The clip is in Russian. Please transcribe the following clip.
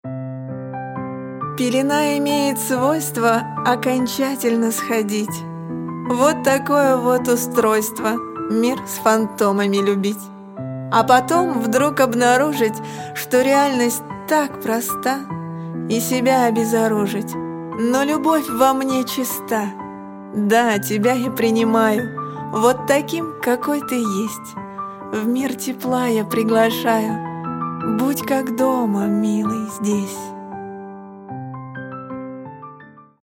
Пелена имеет свойство окончательно сходить. Вот такое вот устройство — мир с фантомами любить. А потом вдруг обнаружить, что реальность так проста, и себя обезоружить. Но любовь во мне чиста. Да, тебя я принимаю, вот таким, какой ты есть. В мир тепла я приглашаю. Будь как дома, милый, здесь.